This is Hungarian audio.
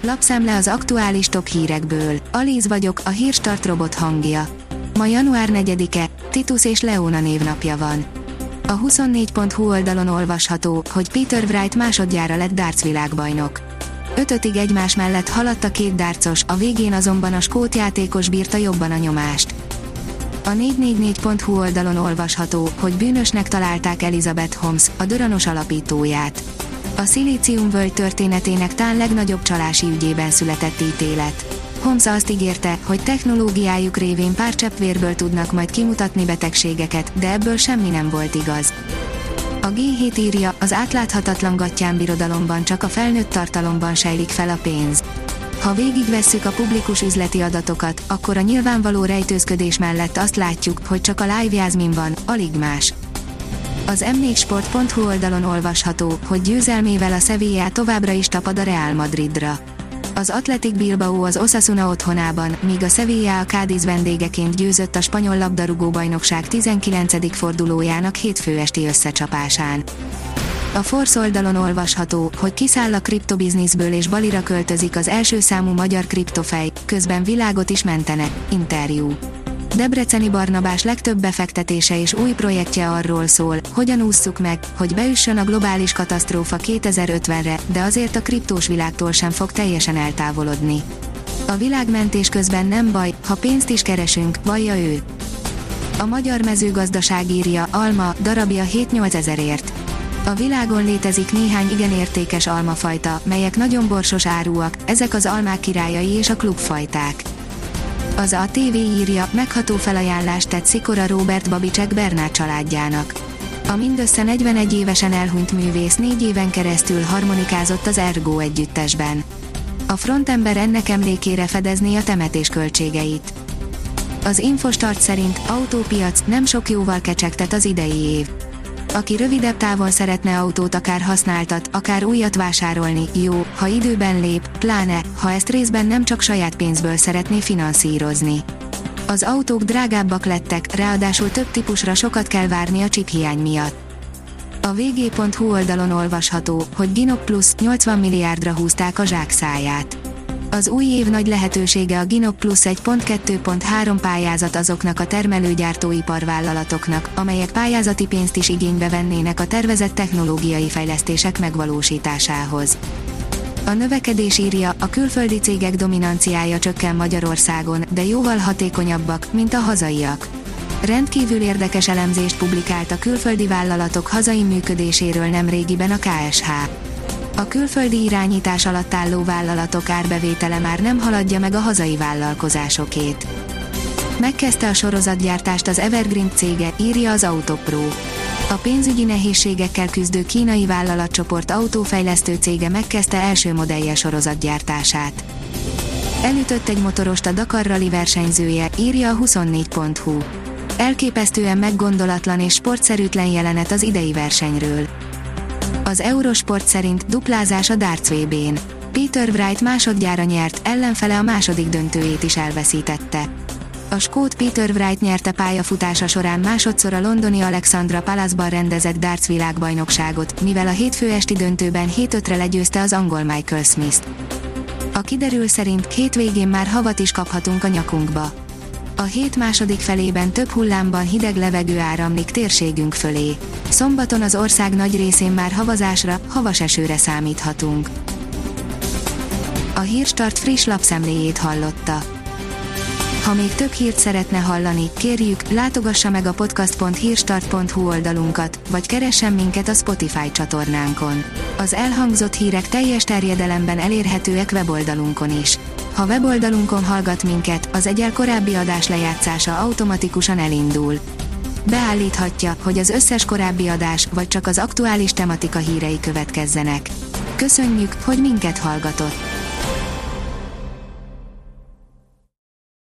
Lapszemle az aktuális top hírekből. Alíz vagyok, a Hírstart robot hangja. Ma január 4-e, Titus és Leona névnapja van. A 24.hu oldalon olvasható, hogy Peter Wright másodjára lett darts világbajnok. 5-5-ig egymás mellett haladt a két dartsos, a végén azonban a skót játékos bírta jobban a nyomást. A 444.hu oldalon olvasható, hogy bűnösnek találták Elizabeth Holmes, a Döranos alapítóját. A szilíciumvölgy történetének tán legnagyobb csalási ügyében született ítélet. Holmes azt ígérte, hogy technológiájuk révén pár csepp vérből tudnak majd kimutatni betegségeket, de ebből semmi nem volt igaz. A G7 írja, az átláthatatlan gattyánbirodalomban csak a felnőtt tartalomban sejlik fel a pénz. Ha végigvesszük a publikus üzleti adatokat, akkor a nyilvánvaló rejtőzködés mellett azt látjuk, hogy csak a live jázmin van, alig más. Az m4sport.hu oldalon olvasható, hogy győzelmével a Sevilla továbbra is tapad a Real Madridra. Az Athletic Bilbao az Osasuna otthonában, míg a Sevilla a Cádiz vendégeként győzött a spanyol labdarúgó-bajnokság 19. fordulójának hétfő esti összecsapásán. A Force oldalon olvasható, hogy kiszáll a kriptobizniszből és Balira költözik az első számú magyar kriptofej, közben világot is mentene. Interjú. Debreceni Barnabás legtöbb befektetése és új projektje arról szól, hogyan ússzuk meg, hogy beüssön a globális katasztrófa 2050-re, de azért a kriptós világtól sem fog teljesen eltávolodni. A világmentés közben nem baj, ha pénzt is keresünk, vallja ő. A Magyar Mezőgazdaság írja, alma, darabja 7-8 ezerért. A világon létezik néhány igen értékes almafajta, melyek nagyon borsos áruak, ezek az almák királyai és a klubfajták. Az ATV írja, megható felajánlást tett Szikora Róbert Babicek Bernát családjának. A mindössze 41 évesen elhunyt művész 4 éven keresztül harmonikázott az Ergo együttesben. A frontember ennek emlékére fedezné a temetés költségeit. Az Infostart szerint autópiac nem sok jóval kecsegtet az idei év. Aki rövidebb távon szeretne autót akár használtat, akár újat vásárolni, jó, ha időben lép, pláne, ha ezt részben nem csak saját pénzből szeretné finanszírozni. Az autók drágábbak lettek, ráadásul több típusra sokat kell várni a chiphiány miatt. A vg.hu oldalon olvasható, hogy Ginop Plus 80 milliárdra húzták a zsákszáját. Az új év nagy lehetősége a Ginop Plus 1.2.3 pályázat azoknak a termelőgyártóiparvállalatoknak, amelyek pályázati pénzt is igénybe vennének a tervezett technológiai fejlesztések megvalósításához. A növekedés írja, a külföldi cégek dominanciája csökken Magyarországon, de jóval hatékonyabbak, mint a hazaiak. Rendkívül érdekes elemzést publikált a külföldi vállalatok hazai működéséről nemrégiben a KSH. A külföldi irányítás alatt álló vállalatok árbevétele már nem haladja meg a hazai vállalkozásokét. Megkezdte a sorozatgyártást az Evergreen cége, írja az Autopro. A pénzügyi nehézségekkel küzdő kínai vállalatcsoport autófejlesztő cége megkezdte első modellje sorozatgyártását. Elütött egy motorost a Dakar Rally versenyzője, írja a 24.hu. Elképesztően meggondolatlan és sportszerűtlen jelenet az idei versenyről. Az Eurosport szerint duplázás a darts VB-n. Peter Wright másodjára nyert, ellenfele a második döntőjét is elveszítette. A skót Peter Wright nyerte pályafutása során másodszor a londoni Alexandra Palace-ban rendezett darts világbajnokságot, mivel a hétfő esti döntőben 7-5-re legyőzte az angol Michael Smith-t. A kiderül szerint hétvégén már havat is kaphatunk a nyakunkba. A hét második felében több hullámban hideg levegő áramlik térségünk fölé. Szombaton az ország nagy részén már havazásra, havas esőre számíthatunk. A Hírstart friss lapszemléjét hallotta. Ha még több hírt szeretne hallani, kérjük, látogassa meg a podcast.hírstart.hu oldalunkat, vagy keressen minket a Spotify csatornánkon. Az elhangzott hírek teljes terjedelemben elérhetőek weboldalunkon is. Ha weboldalunkon hallgat minket, az egyel korábbi adás lejátszása automatikusan elindul. Beállíthatja, hogy az összes korábbi adás, vagy csak az aktuális tematika hírei következzenek. Köszönjük, hogy minket hallgatott!